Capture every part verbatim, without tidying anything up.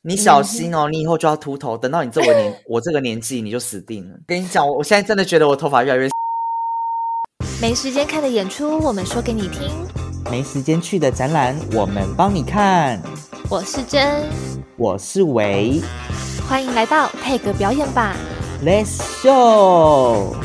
你小心哦，你以后就要秃头，等到你这我年我这个年纪你就死定了。跟你讲，我我现在真的觉得我头发越来越没时间看的演出，我们说给你听； 没时间去的展览，我们帮你看。 我是真， 我是维， 欢迎来到配格表演吧 Let's show。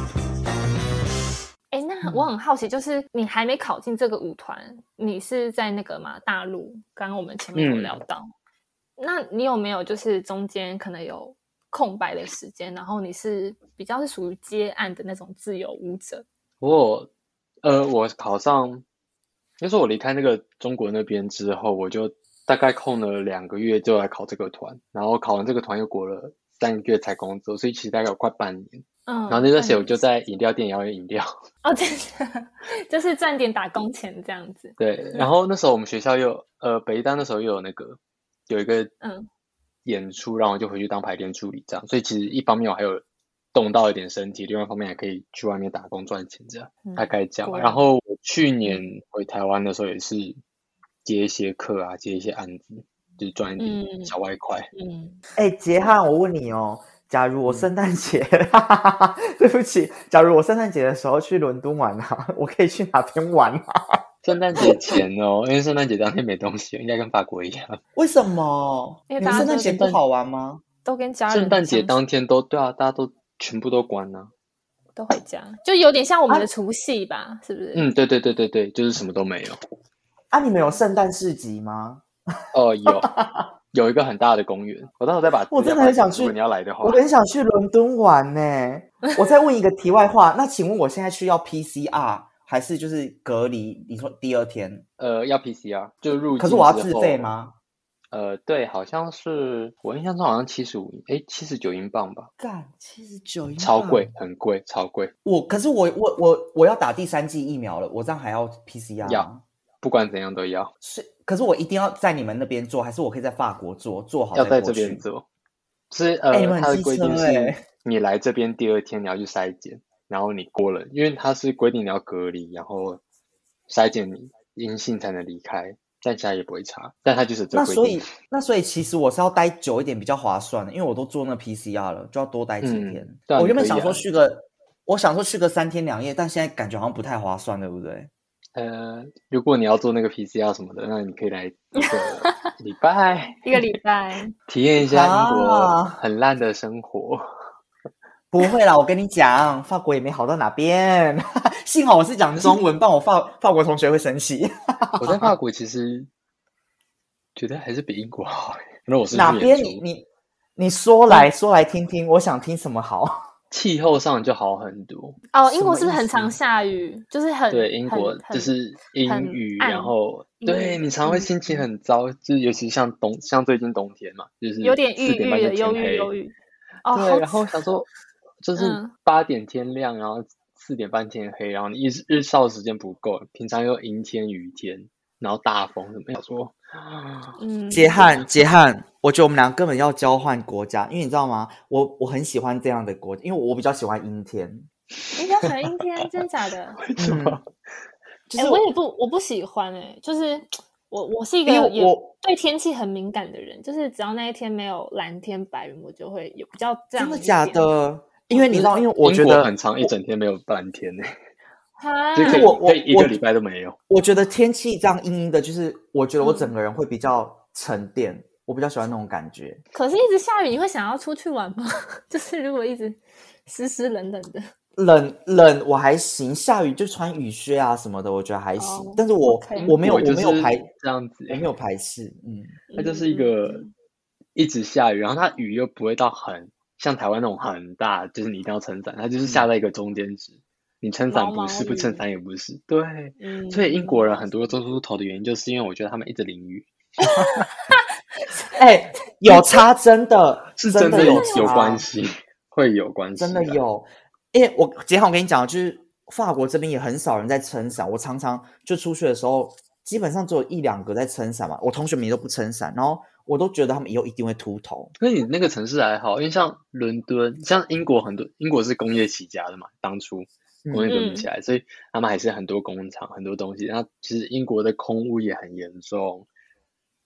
哎，那我很好奇，就是你还没考进这个舞团，你是在那个嘛大陆？刚刚我们前面有聊到，嗯、那你有没有就是中间可能有空白的时间，然后你是比较是属于接案的那种自由舞者？ 我呃，我考上，就是我离开那个中国那边之后，我就大概空了两个月就来考这个团，然后考完这个团又过了三个月才工作，所以其实大概有快半年。嗯，然后那段时间我就在饮料店摇饮料。 哦，真的，就是赚点打工钱这样子。 对，然后那时候我们学校又呃北大那时候又有那个有一个嗯演出，然后我就回去当排练助理这样，所以其实一方面我还有动到一点身体，另外一方面还可以去外面打工赚钱这样，嗯、大概这样吧。然后我去年回台湾的时候也是接一些课啊，接一些案子，就是赚一点小外快。 嗯，哎、嗯，杰汉，我问你哦。假如我圣诞节，嗯、对不起，假如我圣诞节的时候去伦敦玩啊，我可以去哪边玩啊？ 圣诞节前哦，因为圣诞节当天没东西，应该跟法国一样。 为什么？因为圣诞节不好玩吗？ 都跟家人。 圣诞节当天都对啊，大家都全部都关啊， 都回家，就有点像我们的除夕吧，啊、是不是？ 嗯，对对对对对，就是什么都没有。 啊，你们有圣诞市集吗？ 哦，有。有一个很大的公园，我到时候再把。 我真的很想去， 如果你要来的话， 我很想去伦敦玩呢。我再问一个题外话，那请问我现在去要 P C R 还是就是隔离？你说第二天？ 呃，要 P C R 就入境。 可是我要自费吗？ 呃，对，好像是我印象中好像七十五，哎，七十九英镑吧。 干，七十九英镑， 超贵，很贵，超贵。 我可是我我我我要打第三剂疫苗了，我这样还要 P C R 吗？ 要，不管怎样都要。 是。可是我一定要在你们那边做，还是我可以在法国做？做好再要在这边做。是呃， 欸、 它的规定是，你来这边第二天你要去筛检，然后你过了，因为它是规定你要隔离，然后筛检你阴性才能离开，但其他也不会查，但它就是这规定。 那所以，那所以其实我是要待久一点比较划算的，因为我都做那 P C R 了，就要多待几天。嗯、我原本想说去个，啊、我想说去个三天两夜，但现在感觉好像不太划算，对不对？ 呃，如果你要做那个 P C R 什么的，那你可以来一个礼拜， 一个礼拜体验一下英国很烂的生活。啊、 不会啦，我跟你讲，法国也没好到哪边。幸好我是讲中文，不然我法法国同学会生气。 我在法国其实觉得还是比英国好。那我是哪边？你你你说来、嗯、说来听听，我想听什么好。 气候上就好很多哦，英国是不是很常下雨？就是很对，英国就是阴雨，然后对你常会心情很糟，嗯、就是尤其像冬，像最近冬天嘛，就是有点郁郁的，忧郁忧郁。 哦，对，然后想说就是八点天亮，然后四点半天黑，然后你日日照时间不够，平常又阴天雨天，然后大风，怎么想说？ 嗯，杰汉，杰汉，我觉得我们俩根本要交换国家，因为你知道吗？我我很喜欢这样的国家，因为我比较喜欢阴天。 你比较喜欢阴天，真的假的？ 为什么？ 哎、就是欸，我也不，我不喜欢哎、欸，就是我我是一个也对天气很敏感的人，就是只要那一天没有蓝天白云，我就会有比较这样。 真的假的？因为你知道，因为我觉得很长一整天没有蓝天呢、欸。 就是我我一个礼拜都没有。 我觉得天气这样阴阴的，就是我觉得我整个人会比较沉淀，嗯、我比较喜欢那种感觉。 可是，一直下雨，你会想要出去玩吗？就是如果一直湿湿冷冷的， 冷冷我还行，下雨就穿雨靴啊什么的，我觉得还行。哦、但是我、okay. 我没有我没有排这样子， 我没有排斥，嗯， 它就是一个一直下雨，然后它雨又不会到很像台湾那种很大，就是你一定要撑伞，它就是下在一个中间值。嗯，你撑伞不是，不撑伞也不是，对、嗯，所以英国人很多都出头的原因，就是因为我觉得他们一直淋雨。 哎、欸，有差，真的是真的有有关系，会有关系， 真的有。因为我杰浩，我跟你讲，就是法国这边也很少人在撑伞，我常常就出去的时候，基本上只有一两个在撑伞嘛，我同学们也都不撑伞，然后我都觉得他们以后一定会秃头。 因为你那个城市还好，因为像伦敦，像英国很多，英国是工业起家的嘛，当初。工业革命起来、嗯，所以他们还是很多工厂很多东西。然后其实英国的空污也很严重，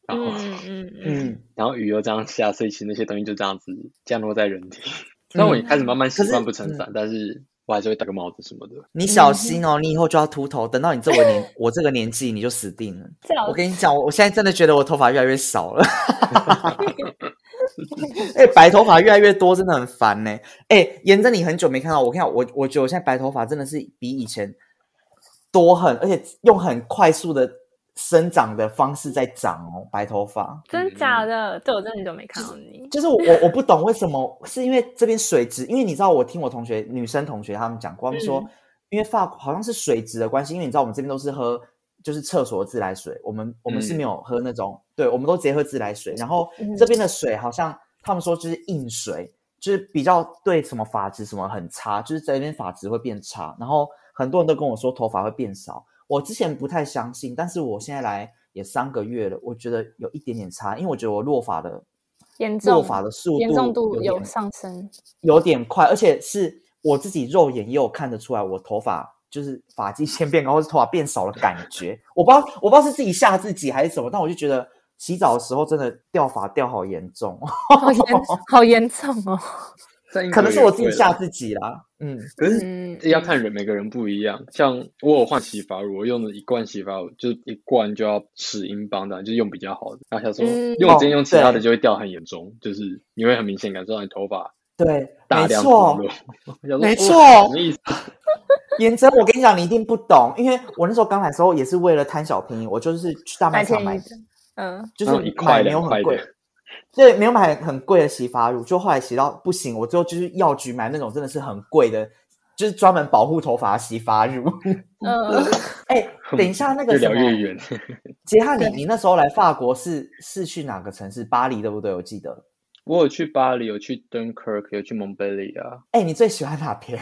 然后嗯嗯嗯， 然后雨又这样下，所以其实那些东西就这样子降落在人体。虽然我也开始慢慢习惯不撑伞，但是我还是会戴个帽子什么的。 你小心哦，你以后就要秃头，等到你这我年我这个年纪你就死定了。我跟你讲，我现在真的觉得我头发越来越少了。哎、欸，白头发越来越多，真的很烦呢、欸。哎、欸，沿着你很久没看到我，看到我，我觉得我现在白头发真的是比以前多很，而且用很快速的生长的方式在长哦，白头发。 真假的？对，我真的很久没看到你。 就是我我不懂为什么，是因为这边水质，因为你知道，我听我同学女生同学他们讲过，他们说，嗯、因为法国好像是水质的关系，因为你知道我们这边都是喝。就是厕所的自来水，我们我们是没有喝那种，嗯、对，我们都直接喝自来水。然后这边的水好像他们说就是硬水，就是比较对什么发质什么很差，就是在那边发质会变差。然后很多人都跟我说头发会变少，我之前不太相信，但是我现在来也三个月了，我觉得有一点点差，因为我觉得我落发的严重落发的速度严重度有上升， 有点快，而且是我自己肉眼也有看得出来，我头发。就是发际线变高，或是头发变少的感觉，我不知道，我不知道是自己吓自己还是什么，但我就觉得洗澡的时候真的掉发掉好严重， 好严好严重哦。 可能是我自己吓自己啦，嗯， 可是要看人，每个人不一样。像我有换洗发乳，我用的一罐洗发乳，就是一罐就要十英镑的，就是用比较好的。然后想说， 嗯、 用我之前用其他的就会掉很严重，就是你会很明显感受到你头发对大量脱落。 没错， 什么意思？ 颜真，我跟你讲，你一定不懂，因为我那时候刚来的时候也是为了贪小便宜，我就是去大卖场买， 嗯， 就是买没有很贵，对，没有买很贵的洗发乳，就后来洗到不行，我最后就是药局买那种真的是很贵的，就是专门保护头发的洗发乳。嗯，哎、欸，等一下那个什么， 越聊越远。 杰汉，你你那时候来法国是是去哪个城市？巴黎对不对？我记得。 我有去巴黎，有去 Dunkirk， 有去蒙贝利啊。 哎、欸，你最喜欢哪边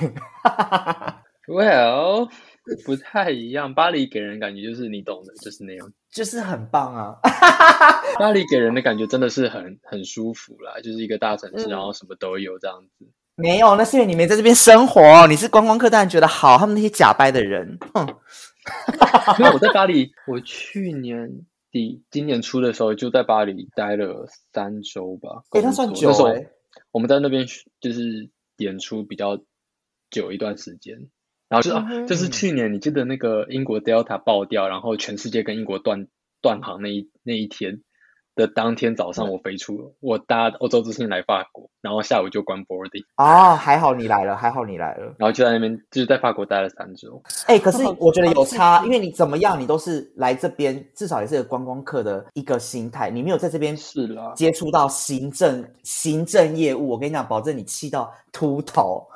？Well， 不太一样。巴黎给人感觉就是你懂的，就是那样， 就是很棒啊。 巴黎给人的感觉真的是很很舒服啦，就是一个大城市， 嗯、 然后什么都有这样子。 没有，那是因为你没在这边生活，你是观光客，当然觉得好。他们那些假掰的人，哼。 因为我在巴黎，我去年底今年初的时候就在巴黎待了三周吧。 哎、欸，那算久哎、欸。 我们在那边就是演出比较久一段时间，然后就、嗯啊、就是去年你记得那个英国 Delta 爆掉，然后全世界跟英国断断航那一那一天的当天早上，我飞出了，我搭欧洲之星来法国，然后下午就关 boarding。 哦，还好你来了，还好你来了， 然后就在那边就是在法国待了三周。 哎、欸，可是我觉得有差，因为你怎么样，你都是来这边，至少也是个观光客的一个心态，你没有在这边是啦接触到行政行政业务，我跟你讲，保证你气到秃头。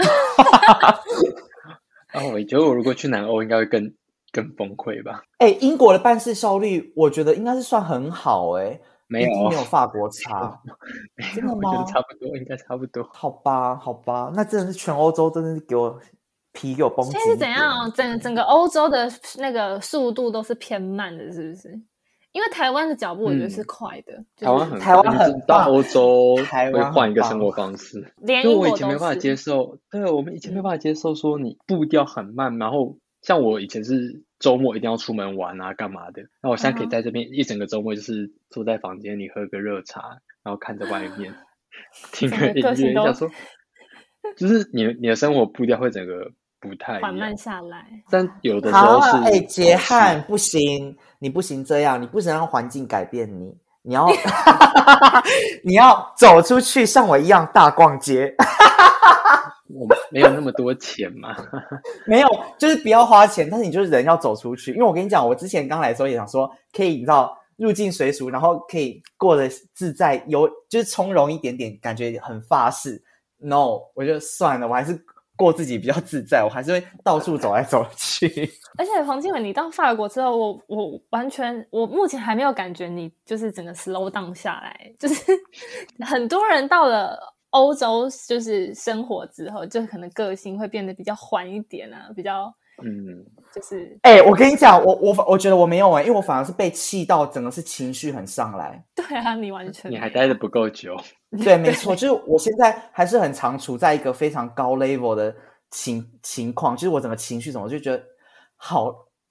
哦，我觉得我如果去南欧应该会更更崩溃吧。 哎、欸，英国的办事效率，我觉得应该是算很好哎、欸， 没有， 一定没有法国差。真的吗？ 我觉得差不多，应该差不多。 好吧，好吧，那真的是全欧洲真的是给我皮给我绷紧。 现在是怎样？整整个欧洲的那个速度都是偏慢的，是不是？因为台湾的脚步我觉得是快的， 嗯就是、 台湾很台湾很到欧洲会换一个生活方式， 连因为我以前没办法接受，对我们以前没办法接受说你步调很慢，然后像我以前是周末一定要出门玩啊干嘛的，那我现在可以在这边一整个周末就是坐在房间里喝个热茶，然后看着外面听个音乐，想说就是你你的生活步调会整个不太缓慢下来， 但有的时候是哎，杰汉不行，你不行这样，你不能让环境改变你，你要你要走出去，像我一样大逛街。 我没有那么多钱嘛， 没有，就是不要花钱，但是你就是人要走出去。因为我跟你讲，我之前刚来的时候也想说，可以你知道入境随俗，然后可以过得自在，有就是从容一点点，感觉很法式。No， 我就算了，我还是过自己比较自在，我还是会到处走来走去。 而且黄静伟，你到法国之后，我我完全，我目前还没有感觉你就是整个 slow down 下来，就是很多人到了欧洲就是生活之后，就可能个性会变得比较缓一点啊，比较嗯，就是哎、欸，我跟你讲，我我我觉得我没有哎、欸，因为我反而是被气到，整个是情绪很上来。 对啊，你完全你还待得不够久。 对，没错，就是我现在还是很常处在一个非常高 level 的情情况，就是我整个情绪怎么就觉得好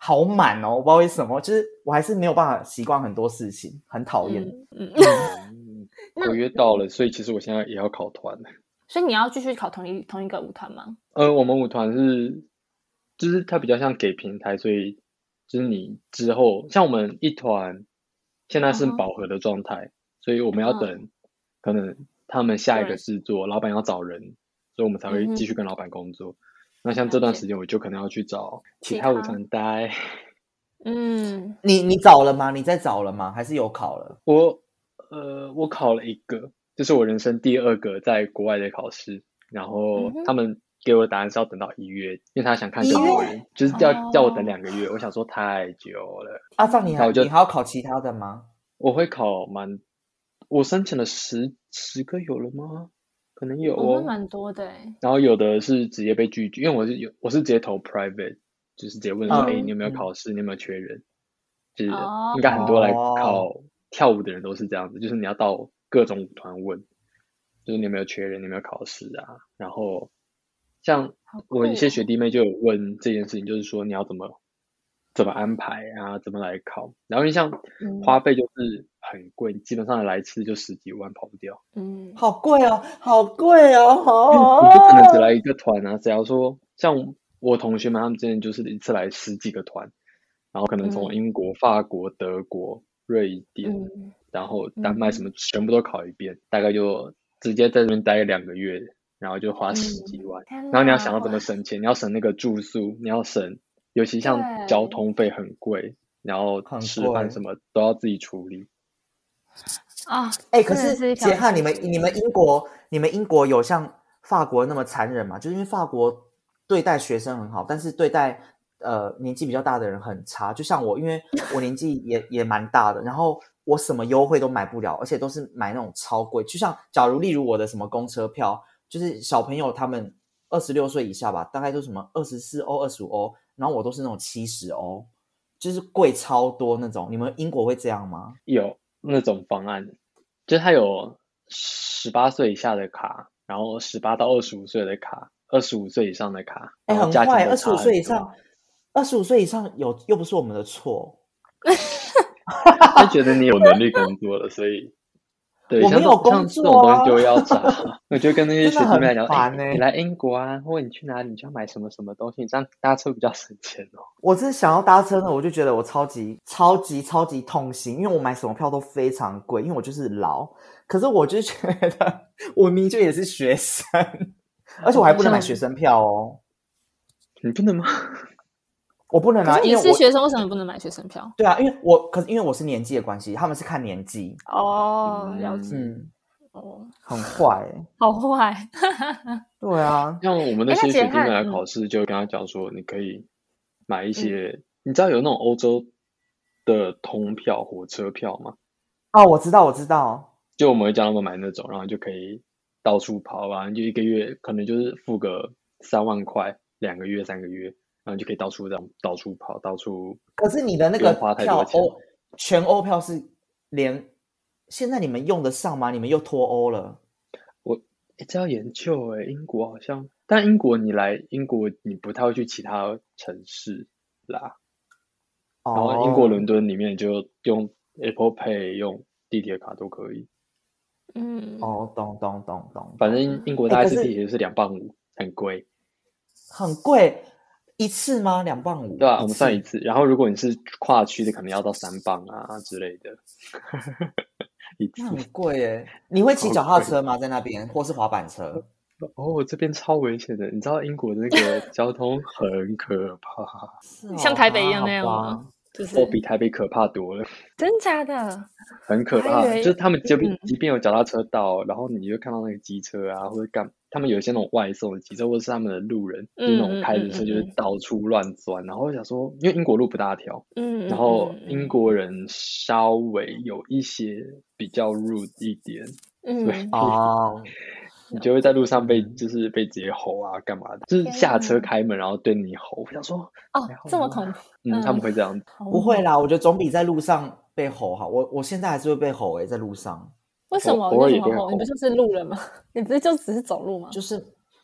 好满哦，我不知道为什么，就是我还是没有办法习惯很多事情，很讨厌。 嗯嗯嗯，合约到了，所以其实我现在也要考团。 所以你要继续考同一同一个舞团吗？ 呃，我们舞团是，就是它比较像给平台，所以就是你之后像我们一团现在是饱和的状态，所以我们要等可能他们下一个制作，老板要找人，所以我们才会继续跟老板工作。那像这段时间，我就可能要去找其他舞团待。 嗯， 你你找了吗？你在找了吗？还是有考了？ 我呃，我考了一个，这是我人生第二个在国外的考试。然后他们给我的答案是要等到一月，因为他想看更多人，就是叫、哦、叫我等两个月。我想说太久了。 阿放，你还你还要考其他的吗？ 我会考蛮，我申请了十十个有了吗？可能有哦， 蛮多的哎。 然后有的是直接被拒绝，因为我是有我是直接投 private， 就是直接问说，哎、嗯，你有没有考试？你有没有缺人？就是应该很多来考跳舞的人都是这样子，就是你要到各种舞团问。就是你有没有缺人，你有没有考试啊？然后像我一些学弟妹就有问这件事情，就是说你要怎么怎么安排啊，怎么来考？然后因为像花费就是很贵，嗯、基本上来一次就十几万跑不掉。 嗯，好贵哦，好贵哦！ 你不可能只来一个团啊！只要说像我同学们他们之前就是一次来十几个团，然后可能从英国、嗯、法国、德国、瑞典，嗯、然后丹麦什么、嗯、全部都考一遍，大概就。直接在这边待两个月，然后就花十几万、嗯、然后你要想要怎么省钱，你要省那个住宿，你要省，尤其像交通费很贵，然后吃饭什么都要自己处理啊。 哎、欸，可是杰汉，你们你们英国你们英国有像法国那么残忍吗？就是因为法国对待学生很好，但是对待呃年纪比较大的人很差。就像我，因为我年纪也也蛮大的，然后我什么优惠都买不了，而且都是买那种超贵。就像假如例如我的什么公车票，就是小朋友他们二十六岁以下吧，大概都什么二十四欧、二十五欧，然后我都是那种七十欧，就是贵超多那种。你们英国会这样吗？ 有那种方案，就是它有十八岁以下的卡，然后十八到二十五岁的卡，二十五岁以上的卡。 哎、欸，很坏，二十五岁以上，二十五岁以上有又不是我们的错。 他觉得你有能力工作了，所以对， 我没有工作、啊、 像这种东西就要找。我就跟那些学弟妹来讲， 哎、 欸，你来英国啊，或者你去哪里，你就要买什么什么东西，你这样搭车比较省钱哦。 我真的想要搭车呢，我就觉得我超级超级超级痛心，因为我买什么票都非常贵，因为我就是老。可是我就觉得我明明就也是学生，而且我还不能买学生票哦。 你不能吗？ 我不能啊， 因为你是学生，为什么不能买学生票？ 对啊，因为我可是因为我是年纪的关系，他们是看年纪。 哦，了解。 嗯，哦，很坏、欸， 好坏。 对啊， 像我们那些学弟妹来考试，就跟他讲说，你可以买一些，嗯、你知道有那种欧洲的通票、火车票吗？ 哦，我知道，我知道。 就我们会叫他们买那种，然后就可以到处跑啊，就一个月可能就是付个三万块，两个月、三个月。然后就可以到处这样到处跑，到处。 可是你的那个票欧全欧票是连现在你们用得上吗？你们又脱欧了。 我一直要研究哎、欸，英国好像，但英国你来英国你不太会去其他城市啦。哦、然后英国伦敦里面就用 Apple Pay 用地铁卡都可以。 嗯， 哦，懂懂懂懂。 反正英国大概是地铁是两磅五，很贵。 很贵。一次吗？两磅五？ 对啊，我们算一次。然后如果你是跨区的，可能要到三磅啊之类的。一次那很贵耶！你会骑脚踏车吗？在那边，或是滑板车？ 哦，这边超危险的。你知道英国的那个交通很可怕， 哦、像台北一样那样吗？ 就是我比台北可怕多了。 真假的？ 很可怕，就是他们即便、嗯、即便有脚踏车道，然后你就看到那个机车啊，或者干，他们有一些那种外送的机车，或者是他们的路人，嗯、就是那种开着车就是到处乱钻，嗯、然后我想说，因为英国路不大条，嗯，然后英国人稍微有一些比较 rude 一点，嗯，所以哦。你就会在路上被就是被直接吼啊干嘛的，就是下车开门然后对你吼。我想说哦这么恐怖， 嗯，他们会这样子。 不会啦，我觉得总比在路上被吼好。我我现在还是会被吼诶、欸，在路上。 为什么？为什么吼？你不就是路人吗？你不是就只是走路吗？ 就是，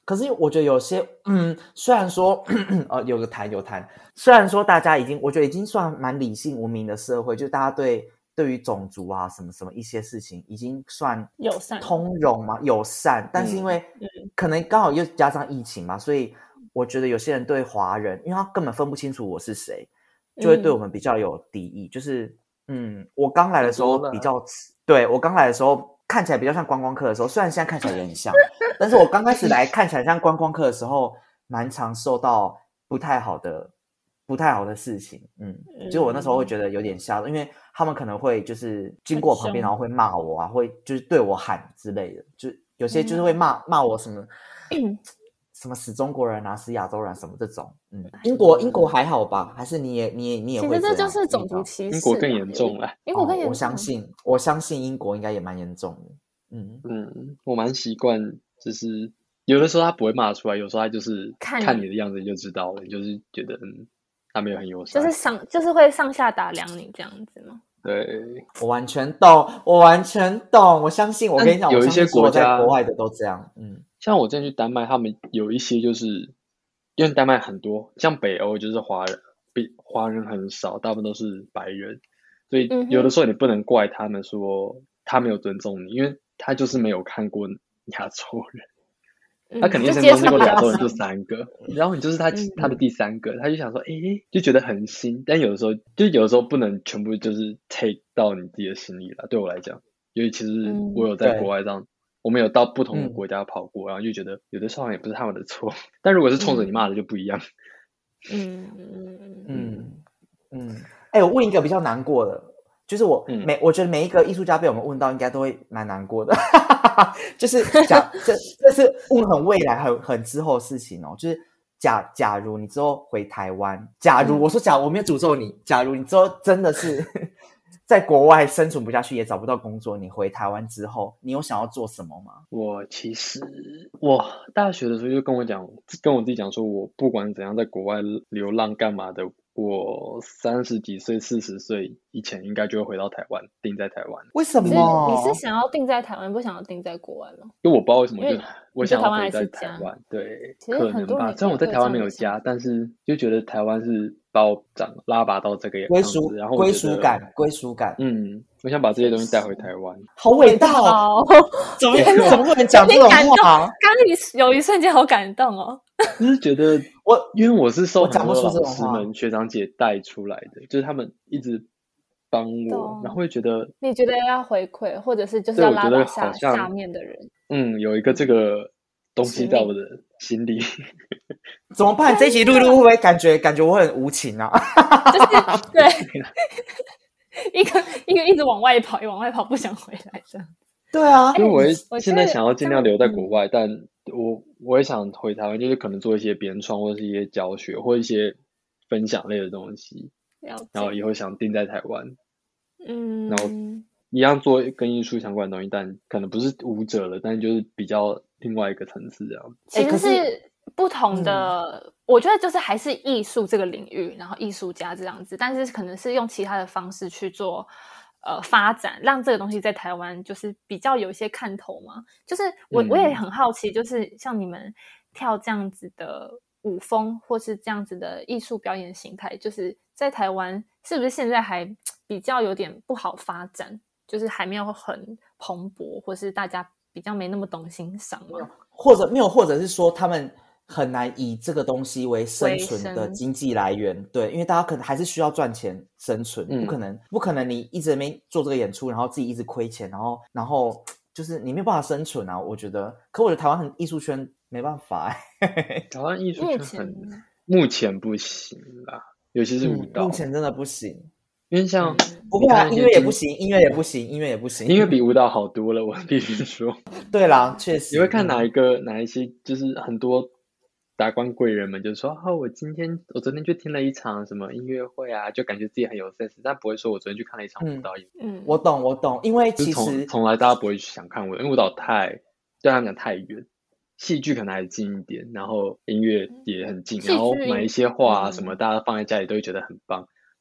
可是我觉得有些，嗯，虽然说，呃，有个谈有谈，虽然说大家已经，我觉得已经算蛮理性文明的社会，就大家对对于种族啊什么什么一些事情已经算友善通融嘛，友善。但是因为可能刚好又加上疫情嘛，所以我觉得有些人对华人，因为他根本分不清楚我是谁，就会对我们比较有敌意。嗯、就是，嗯，我刚来的时候比较，对我刚来的时候。看起来比较像观光客的时候，虽然现在看起来也很像，但是我刚开始来看起来像观光客的时候，蛮常受到不太好的、不太好的事情。嗯，就是我那时候会觉得有点吓，因为他们可能会就是经过我旁边，然后会骂我啊，会就是对我喊之类的，就有些就是会骂骂我什么。什么死中国人啊，死亚洲人、啊、什么这种，嗯，英国英国还好吧？还是你也你也你也会这样？ 其实这就是种族歧视， 英国更严重了。 英国更严重、 哦，我相信，我相信英国应该也蛮严重的。嗯嗯，我蛮习惯，就是有的时候他不会骂出来，有时候他就是看你的样子你就知道了，你就是觉得嗯，他没有很友善， 就是上就是会上下打量你这样子吗？ 对， 我完全懂，我完全懂，我相信，我跟你讲， 有一些国家在国外的都这样，嗯。 像我之前去丹麦，他们有一些就是因为丹麦很多，像北欧就是华人，比华人很少，大部分都是白人，所以有的时候你不能怪他们说他没有尊重你，因为他就是没有看过亚洲人，他肯定是经过亚洲人就三个，然后你就是他他的第三个，他就想说，诶，就觉得很新，但有的时候就有的时候不能全部就是 take 到你自己的心里了，对我来讲，因为其实我有在国外这样。我们有到不同的国家跑过，嗯、然后就觉得有的时候好像也不是他们的错，但如果是冲着你骂的就不一样。 嗯嗯嗯嗯。哎、欸，我问一个比较难过的，就是我每、嗯、我觉得每一个艺术家被我们问到，应该都会蛮难过的。就是假这这是问很未来很很之后的事情哦。就是假假如你之后回台湾，假如、嗯、我说假如我没有诅咒你，假如你之后真的是。在国外生存不下去，也找不到工作，你回台湾之后，你有想要做什么吗？ 我其实我大学的时候就跟我讲，跟我自己讲说，我不管怎样在国外流浪干嘛的，我三十几岁、四十岁以前应该就会回到台湾，定在台湾。 为什么？ 你是想要定在台湾，不想要定在国外吗？ 因为我不知道为什么，就我想要回在台湾。对， 其实很多人可能吧。虽然我在台湾没有家，但是就觉得台湾是把我长拉拔到这个样子，然后归属感，归属感。 嗯，我想把这些东西带回台湾。 好伟大哦！怎么怎么会能讲这种话？ 刚刚你有一瞬间好感动哦。 就是觉得我， 因为我是受很多老师们、学长姐带出来的，就是他们一直帮我，然后会觉得你觉得要回馈，或者是就是要拉拔下下面的人。 嗯，有一个这个东西在我的心里。 怎么办？这一集录录会不会感觉感觉我很无情啊？ 就是对，一个一个一直往外跑，往外跑，不想回来这样。 对啊， 因为我现在想要尽量留在国外，嗯、但我我也想回台湾，就是可能做一些编创或是一些教学或一些分享类的东西，然后以后想定在台湾， 嗯， 然后一样做跟艺术相关的东西，但可能不是舞者了，但就是比较另外一个层次这样。 其实是不同的，嗯、我觉得就是还是艺术这个领域，然后艺术家这样子，但是可能是用其他的方式去做。呃，发展让这个东西在台湾就是比较有一些看头嘛。就是我、嗯、我也很好奇，就是像你们跳这样子的舞风，或是这样子的艺术表演形态，就是在台湾是不是现在还比较有点不好发展？就是还没有很蓬勃，或是大家比较没那么懂欣赏吗？ 或者没有，或者是说他们。很难以这个东西为生存的经济来源，对，因为大家可能还是需要赚钱生存，嗯、不可能，不可能你一直没做这个演出，然后自己一直亏钱，然后，然后就是你没有办法生存啊。我觉得，可我觉得台湾很艺术圈没办法哎、 欸，台湾艺术圈很目前不行啦，尤其是舞蹈， 嗯、目前真的不行。 因为像、 嗯、不会啊，音乐也不行，音乐也不行，音乐也不行， 音乐比舞蹈好多了，我必须说。 对啦，确实。 你会看哪一个、嗯、哪一些，就是很多。达官贵人们就说：“哦，我今天我昨天去听了一场什么音乐会啊，就感觉自己很有 sense， 但不会说我昨天去看了一场舞蹈。 嗯” 嗯，我懂，我懂，因为其实从来大家不会去想看舞蹈，因为舞蹈太对他们讲太远，戏剧可能还近一点，然后音乐也很近，然后买一些画啊什么，大家放在家里都会觉得很棒。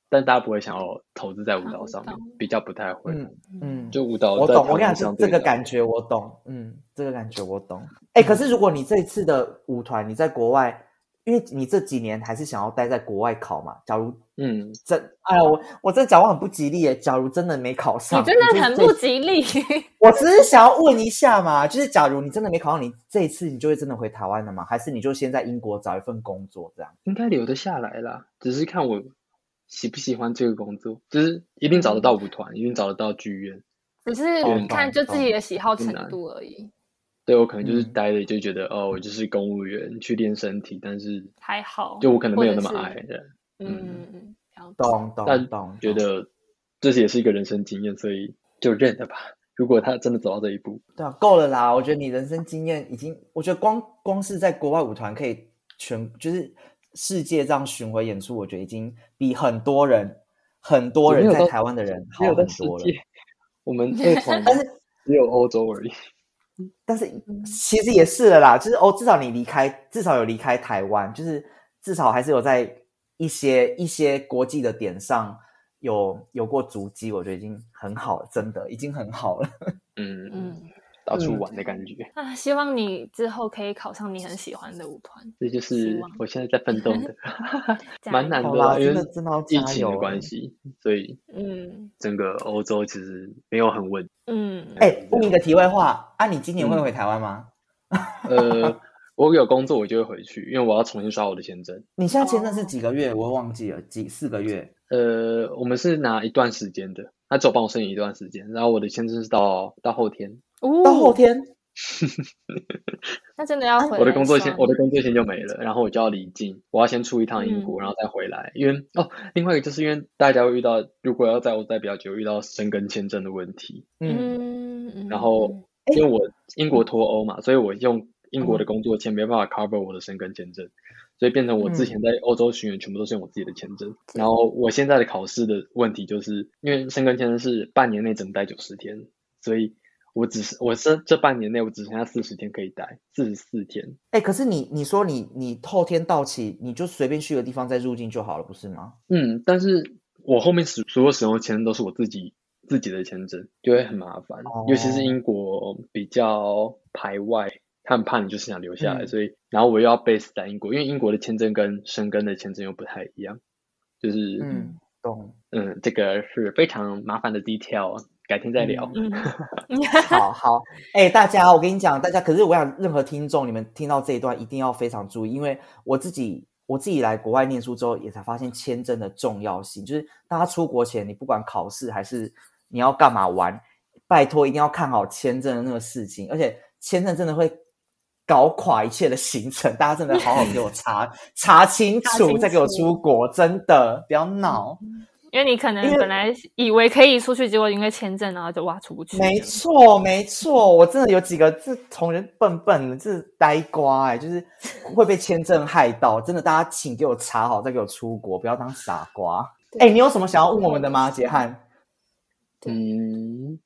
但大家不会想要投资在舞蹈上面，比较不太会。 嗯嗯， 就舞蹈我懂，我跟你讲，这个感觉我懂，嗯，这个感觉我懂。哎、欸，可是如果你这次的舞团你在国外，因为你这几年还是想要待在国外考嘛，假如嗯，真哎呀，我我这讲话很不吉利耶。假如真的没考上， 你真的很不吉利。 我只是想要问一下嘛，就是假如你真的没考上，你这一次你就会真的回台湾了吗？还是你就先在英国找一份工作这样？ 应该留得下来啦，只是看我喜不喜欢这个工作，就是一定找得到舞团，一定找得到剧院， 只是看就自己的喜好程度而已。 对，我可能就是待了就觉得、嗯、哦，我就是公务员去练身体，但是还好， 就我可能没有那么爱的。 嗯， 懂懂但懂， 觉得这也是一个人生经验，所以就认了吧。如果他真的走到这一步， 对啊，够了啦！我觉得你人生经验已经，我觉得光光是在国外舞团可以全就是世界这样巡回演出，我觉得已经比很多人很多人在台湾的人好很多了。 我们这团但是只有欧洲而已。 但是其实也是了啦，就是哦，至少你离开，至少有离开台湾，就是至少还是有在一些一些国际的点上有有过足迹，我觉得已经很好了，真的已经很好了。 嗯嗯，到处玩的感觉、 嗯、啊！希望你之后可以考上你很喜欢的舞团， 这就是我现在在奋斗的，蛮难的啦，因为疫情的关系，所以嗯，整个欧洲其实没有很稳。 嗯，哎、欸，问一个题外话啊，你今年会回台湾吗？ 嗯、呃，我有工作我就会回去，因为我要重新刷我的签证。 你现在签证是几个月？我忘记了，几四个月？ 呃，我们是拿一段时间的，他只有帮我申请一段时间，然后我的签证是到到后天， 哦、 到后天。 那真的要回来？ 我的工作签，我的工作签就没了，然后我就要离境，我要先出一趟英国，嗯、然后再回来。因为哦，另外一个就是因为大家会遇到，如果要在我待比较久，遇到申根签证的问题。嗯，然后因为我英国脱欧嘛，所以我用英国的工作签没办法 cover 我的申根签证，所以变成我之前在欧洲巡演全部都是用我自己的签证。嗯、然后我现在的考试的问题就是，因为申根签证是半年内只能待九十天，所以。我只是我这这半年内我只剩下四十天可以待，四十四天。 哎、欸，可是你你说你你后天到期，你就随便去个地方再入境就好了，不是吗？ 嗯，但是我后面所有使用的签证都是我自己自己的签证，就会很麻烦。哦、尤其是英国比较排外，他很怕你就是想留下来，嗯、所以然后我又要 base 在英国，因为英国的签证跟申根的签证又不太一样，就是嗯懂嗯，这个是非常麻烦的 detail。改天再聊。 嗯， 好好，哎、欸，大家，我跟你讲，大家，可是我想，任何听众，你们听到这一段一定要非常注意，因为我自己，我自己来国外念书之后，也才发现签证的重要性。就是大家出国前，你不管考试还是你要干嘛玩，拜托一定要看好签证的那个事情，而且签证真的会搞垮一切的行程，大家真的好好给我查查清楚，再给我出国，真的不要闹。 因为你可能本来以为可以出去，结果因为签证，然后就哇出不去。 没错，没错，我真的有几个这同学笨笨的，这是呆瓜哎、欸，就是会被签证害到。真的，大家请给我查好，再给我出国，不要当傻瓜。哎、欸，你有什么想要问我们的吗，杰翰？ 嗯，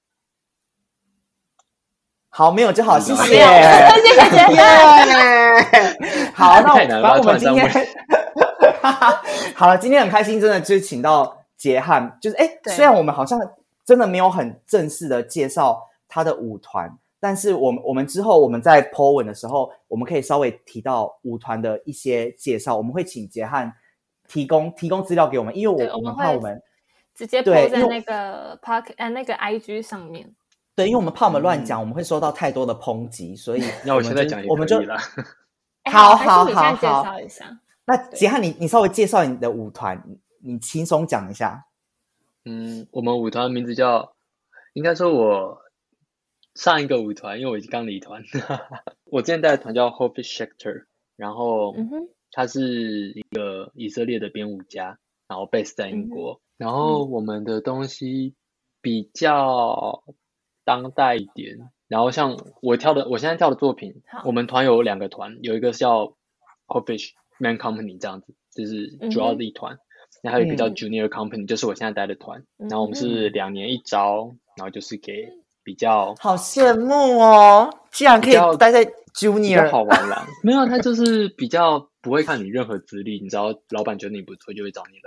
好，没有就好，谢谢， 谢谢杰翰。好，那我我们今天。好了，今天很开心，真的就是请到杰翰，就是哎，虽然我们好像真的没有很正式的介绍他的舞团，但是我们我们之后我们在 po 文的时候，我们可以稍微提到舞团的一些介绍，我们会请杰翰提供提供资料给我们，因为我我们怕我们直接 po 在那个 park 呃那个 I G 上面。 对，因为我们怕我们乱讲，嗯、我们会收到太多的抨击，所以那我现在讲也可以了。 好好好好， 介绍一下。 那杰翰，你你稍微介绍你的舞团，你轻松讲一下。 嗯，我们舞团的名字叫，应该说我上一个舞团，因为我已经刚离团，我之前带的团叫 Hope Schechter， 然后他是一个以色列的编舞家，然后 base 在英国，嗯、然后我们的东西比较当代一点，然后像我跳的，我现在跳的作品，我们团有两个团，有一个叫 Hope Man Company 这样子，就是主要的一团，然后还有一个叫 Junior Company，、嗯、就是我现在待的团，然后我们是两年一招，然后就是给比较好羡慕哦，既然可以待在 Junior， 好玩啦。没有，他就是比较不会看你任何资历，你知道老板觉得你不错就会找你来，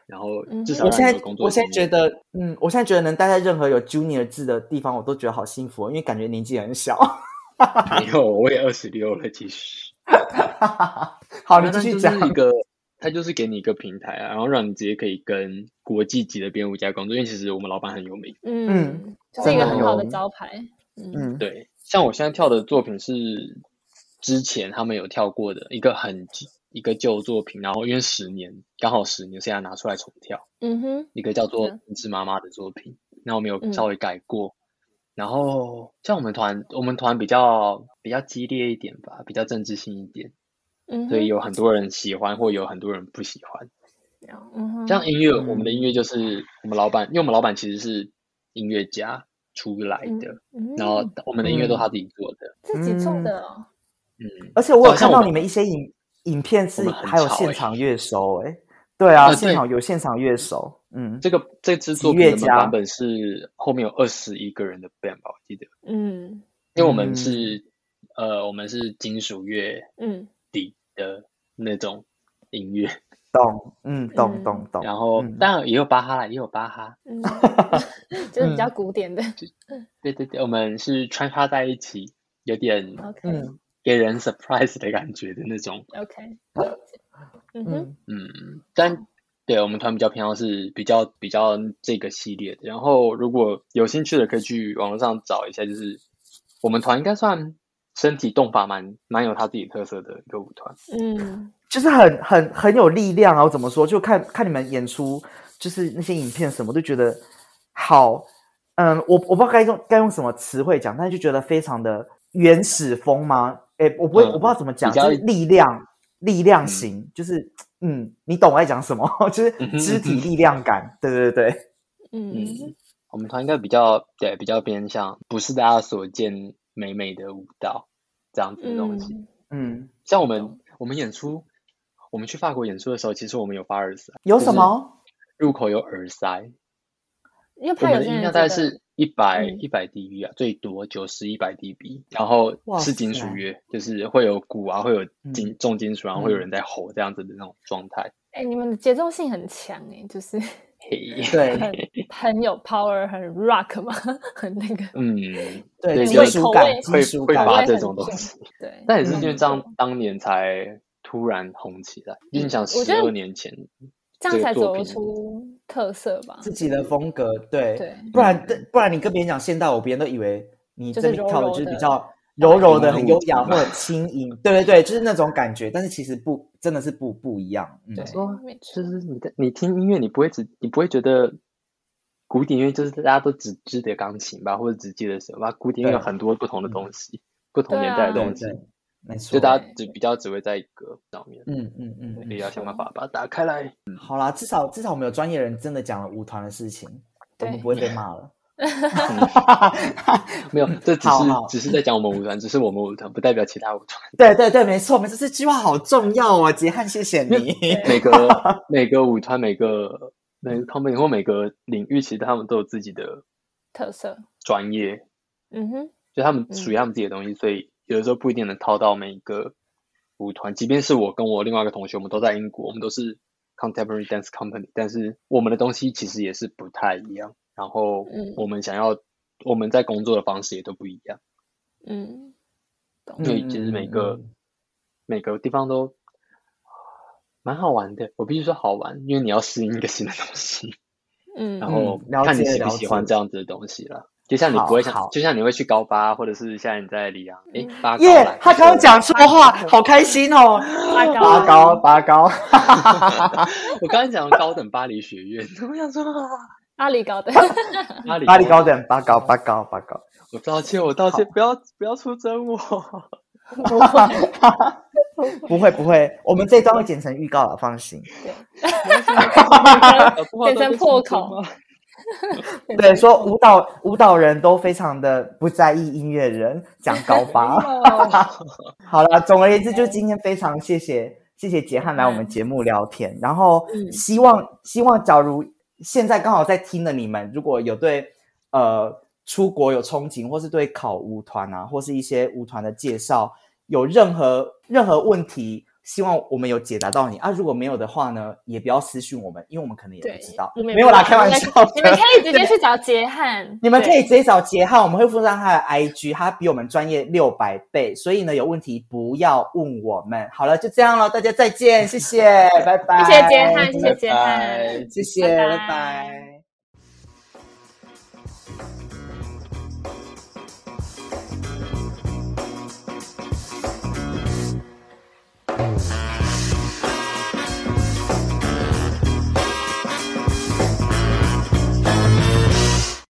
然后至少我现在让你有工作我现在经验。 觉得，嗯，我现在觉得能待在任何有 junior 字的地方，我都觉得好幸福、哦，因为感觉年纪很小。 没有，我也二十六了，其实。 好，你继续讲。 就是一个，它就是给你一个平台啊，然后让你直接可以跟国际级的编舞家工作，因为其实我们老板很有名。 嗯，就是一个很好的招牌。嗯， 对，像我现在跳的作品是之前他们有跳过的一个很一个旧作品，然后因为十年刚好十年，现在拿出来重跳。 嗯哼， 一个叫做《一只妈妈》的作品，那我们有稍微改过。然后像我们团，我们团比较比较激烈一点吧，比较政治性一点， 嗯， 所以有很多人喜欢，或有很多人不喜欢。 嗯哼， 像音乐，我们的音乐就是我们老板，因为我们老板其实是音乐家出来的， 嗯、 然后我们的音乐都他自己做的， 自己做的、哦。 嗯， 而且我有看到你们一些影影片是还有现场乐手、欸，哎，对啊， 呃、 现场有现场乐手。嗯， 这个这支作品的版本是后面有二十一个人的 band 吧，我记得。 嗯， 因为我们是、嗯、呃，我们是金属乐嗯底的那种音乐， 懂，嗯，懂懂懂。 然后、嗯、当然也有巴哈啦，也有巴哈， 嗯，就是比较古典的。 嗯、对对对，我们是穿插在一起，有点 OK， 嗯，给人 surprise 的感觉的那种。 OK， 嗯哼， 嗯，但。对，我们团比较偏向是比较比较这个系列的，然后如果有兴趣的可以去网络上找一下，就是我们团应该算身体动法蛮蛮有他自己特色的一个舞团， 嗯， 就是很很很有力量啊！我怎么说？就看看你们演出，就是那些影片什么，都觉得好，嗯，我我不知道该用该用什么词汇讲，但是就觉得非常的原始风吗？哎，我不会、嗯，我不知道怎么讲，就是力量力量型，嗯、就是。嗯，你懂我在讲什么？就是肢体力量感，嗯、对对对。 嗯， 我们团应该比较对比较偏向，不是大家所见美美的舞蹈这样子的东西。 嗯， 像我们我们演出，我们去法国演出的时候，其实我们有发耳塞。 有什么？ 入口有耳塞。 因为怕有些人我们的音量大概是一百一百 dB 啊，最多九十一百 dB， 然后是金属乐，就是会有鼓啊，会有金、嗯、重金属，然后会有人在吼这样子的那种状态。 哎、欸，你们的节奏性很强哎、欸，就是对很很有 power， 很 rock 嘛，很那个嗯， 对，技术感会会发这种东西。 对， 但也是因为这样，当年才突然红起来。你、嗯、想十二年前。 这样才走出特色吧， 自己的风格，对，对，不然不然你跟别人讲现代舞，别人都以为你这里跳的就是比较柔柔的、很优雅或者轻盈，对对对，就是那种感觉。但是其实不，真的是不不一样。 嗯、对， 说就是你的你听音乐，你不会只你不会觉得古典音乐就是大家都只记得钢琴吧，或者只记得什么？古典音乐有很多不同的东西，不同年代的东西。 没错， 就大家只比较只会在一个上面， 嗯嗯嗯， 所以要想办法把它打开来。 嗯、好啦，至少至少我们有专业人真的讲了舞团的事情，我们不会被骂了。 没有，这只是只是在讲我们舞团，只是我们舞团，不代表其他舞团。 对对对，没错，没错，这句话好重要啊，杰翰，谢谢你。 每个每个舞团，每个每个 company 或每个领域，其实他们都有自己的特色、 专业。 嗯哼， 就他们属于他们自己的东西，嗯、所以。有的时候不一定能套到每一个舞团，即便是我跟我另外一个同学，我们都在英国，我们都是 Contemporary Dance Company， 但是我们的东西其实也是不太一样。然后我们想要、嗯、我们在工作的方式也都不一样。 嗯， 所以其实每个、嗯、每个地方都蛮好玩的。我必须说好玩，因为你要适应一个新的东西。 嗯， 然后看你喜不喜欢这样子的东西啦。就像你不会想，就像你会去高八，或者是现在你在里昂，哎，八高耶，他刚刚讲错话，好开心哦！八高，八高， 我刚才讲高等巴黎学院，我想说巴黎高等， 巴黎巴黎高等，八高，八高，八高。 我道歉，我道歉，不要不要出征我。 不会不会，我们这段会剪成预告了，放心。 变成破口。 对，说舞蹈舞蹈人都非常的不在意音乐人，讲高八。好了，总而言之，就今天非常谢谢谢谢杰翰来我们节目聊天，然后希望希望假如现在刚好在听的你们，如果有对呃出国有憧憬，或是对考舞团啊，或是一些舞团的介绍有任何任何问题， 希望我们有解答到你啊，如果没有的话呢，也不要私讯我们，因为我们可能也不知道。没有啦，开玩笑的。 你们可以直接去找杰汉， 你们可以直接找杰汉，我们会附上他的 I G， 他比我们专业六百倍，所以呢，有问题不要问我们。好了，就这样了，大家再见，谢谢，拜拜。 谢谢杰汉，谢谢杰汉， 谢谢，拜拜。